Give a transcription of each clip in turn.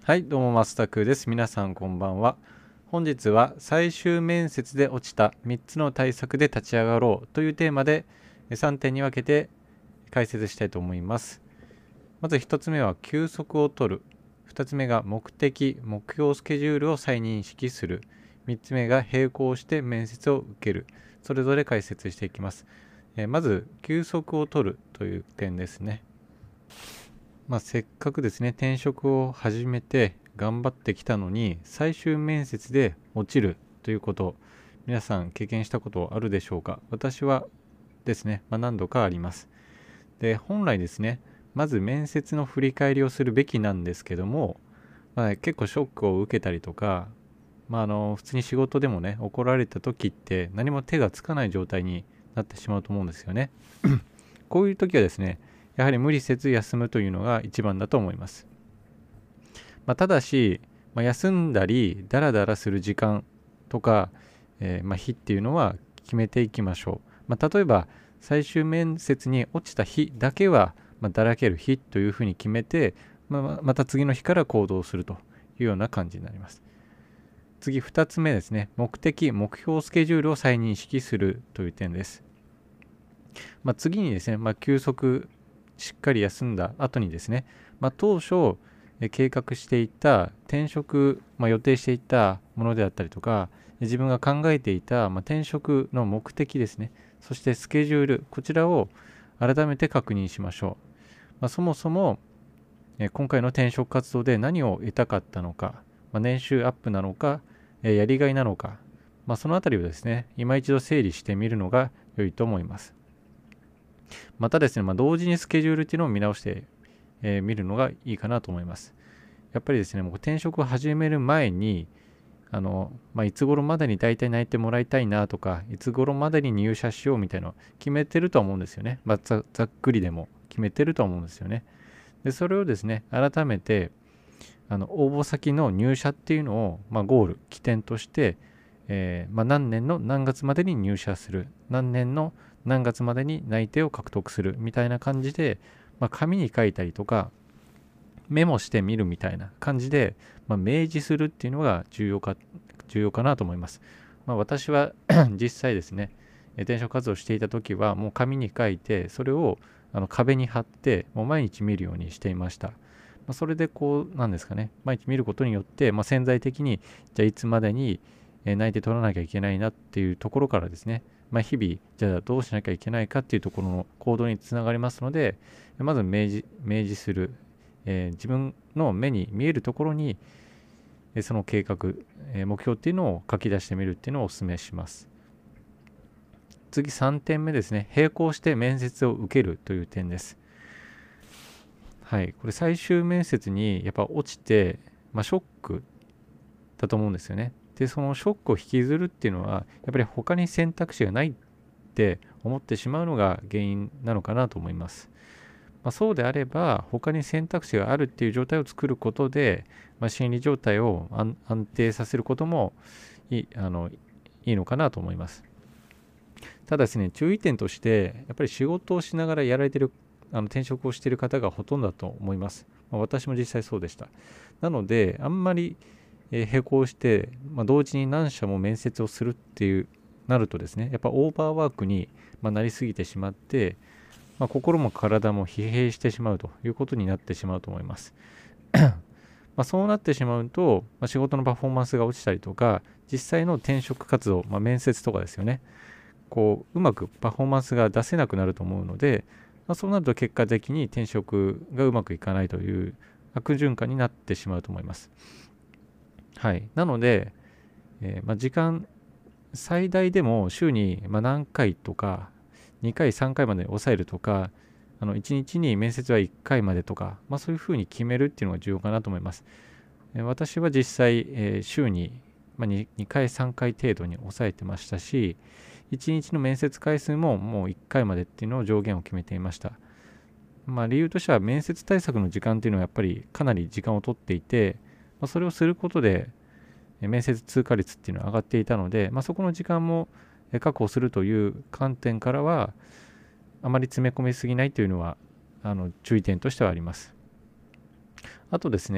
はい、どうもマスタクです。皆さんこんばんは。本日は最終面接で落ちた3つの対策で立ち上がろうというテーマで3点に分けて解説したいと思います。まず1つ目は休息を取る。2つ目が目的・目標スケジュールを再認識する。3つ目が並行して面接を受ける。それぞれ解説していきます。まず休息を取るという点ですね。せっかくですね、転職を始めて頑張ってきたのに、最終面接で落ちるということ、皆さん経験したことあるでしょうか？私はですね、何度かあります。で、本来ですね、まず面接の振り返りをするべきなんですけども、結構ショックを受けたりとか、普通に仕事でもね、怒られた時って何も手がつかない状態になってしまうと思うんですよね。こういう時はですね、やはり無理せず休むというのが一番だと思います。ただし、休んだりダラダラする時間とか、日っていうのは決めていきましょう。例えば最終面接に落ちた日だけは、だらける日というふうに決めて、また次の日から行動するというような感じになります。次2つ目ですね、目的・目標スケジュールを再認識するという点です。次にですね、休息しっかり休んだ後にですね、当初計画していた転職、予定していたものであったりとか、自分が考えていた、転職の目的ですね、そしてスケジュール、こちらを改めて確認しましょう。そもそも今回の転職活動で何を得たかったのか、年収アップなのか、やりがいなのか、そのあたりをですね、今一度整理してみるのが良いと思います。またですね、同時にスケジュールっていうのを見直して見るのがいいかなと思います。やっぱりですね、もう転職を始める前に、いつ頃までに大体泣いてもらいたいなとか、いつ頃までに入社しようみたいなのを決めてると思うんですよね。ざっくりでも決めてると思うんですよね。で、それをですね、改めて、応募先の入社っていうのを、ゴール、起点として、何年の何月までに入社する、何年の何月までに内定を獲得するみたいな感じで、紙に書いたりとか、メモしてみるみたいな感じで、明示するっていうのが重要かなと思います。私は実際ですね、転職活動していた時はもう紙に書いて、それを壁に貼ってもう毎日見るようにしていました。それでこうなんですかね、毎日見ることによって、潜在的にじゃあいつまでに内定取らなきゃいけないなっていうところからですね、日々じゃあどうしなきゃいけないかっていうところの行動につながりますので、まず明示する、自分の目に見えるところにその計画、目標っていうのを書き出してみるっていうのをお勧めします。次3点目ですね、並行して面接を受けるという点です。はい、これ最終面接にやっぱ落ちて、ショックだと思うんですよね。で、そのショックを引きずるっていうのは、やっぱり他に選択肢がないって思ってしまうのが原因なのかなと思います。そうであれば、他に選択肢があるっていう状態を作ることで、心理状態を安定させることもいいのかなと思います。ただですね、注意点として、やっぱり仕事をしながらやられてる、転職をしている方がほとんどだと思います。私も実際そうでした。なので、あんまり並行して、同時に何社も面接をするっていうなるとですね、やっぱオーバーワークに、なりすぎてしまって、心も体も疲弊してしまうということになってしまうと思います。そうなってしまうと、仕事のパフォーマンスが落ちたりとか、実際の転職活動、面接とかですよね、うまくパフォーマンスが出せなくなると思うので、そうなると結果的に転職がうまくいかないという悪循環になってしまうと思います。はい。なので、時間最大でも週に何回とか2回3回まで抑えるとか、1日に面接は1回までとか、そういうふうに決めるっていうのが重要かなと思います。私は実際、週に、2回3回程度に抑えてましたし、1日の面接回数ももう1回までっていうのを上限を決めていました。理由としては面接対策の時間っていうのはやっぱりかなり時間を取っていて、それをすることで面接通過率っていうのは上がっていたので、そこの時間も確保するという観点からはあまり詰め込みすぎないというのは注意点としてはあります。あとですね、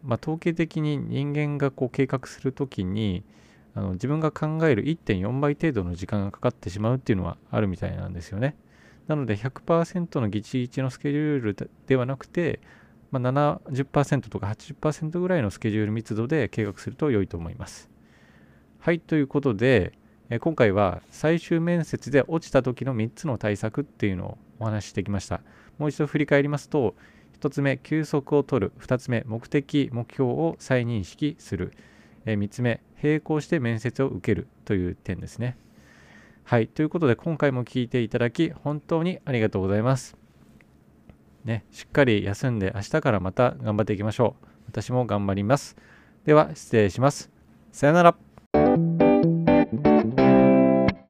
統計的に人間が計画するときに自分が考える 1.4 倍程度の時間がかかってしまうっていうのはあるみたいなんですよね。なので 100% のギチギチのスケジュールではなくて、70% とか 80% ぐらいのスケジュール密度で計画すると良いと思います。はい、ということで、今回は最終面接で落ちた時の3つの対策っていうのをお話ししてきました。もう一度振り返りますと、1つ目、休息を取る。2つ目、目的、目標を再認識する。3つ目、並行して面接を受けるという点ですね。はい、ということで今回も聞いていただき本当にありがとうございます。ね、しっかり休んで明日からまた頑張っていきましょう。私も頑張ります。では失礼します。さよなら。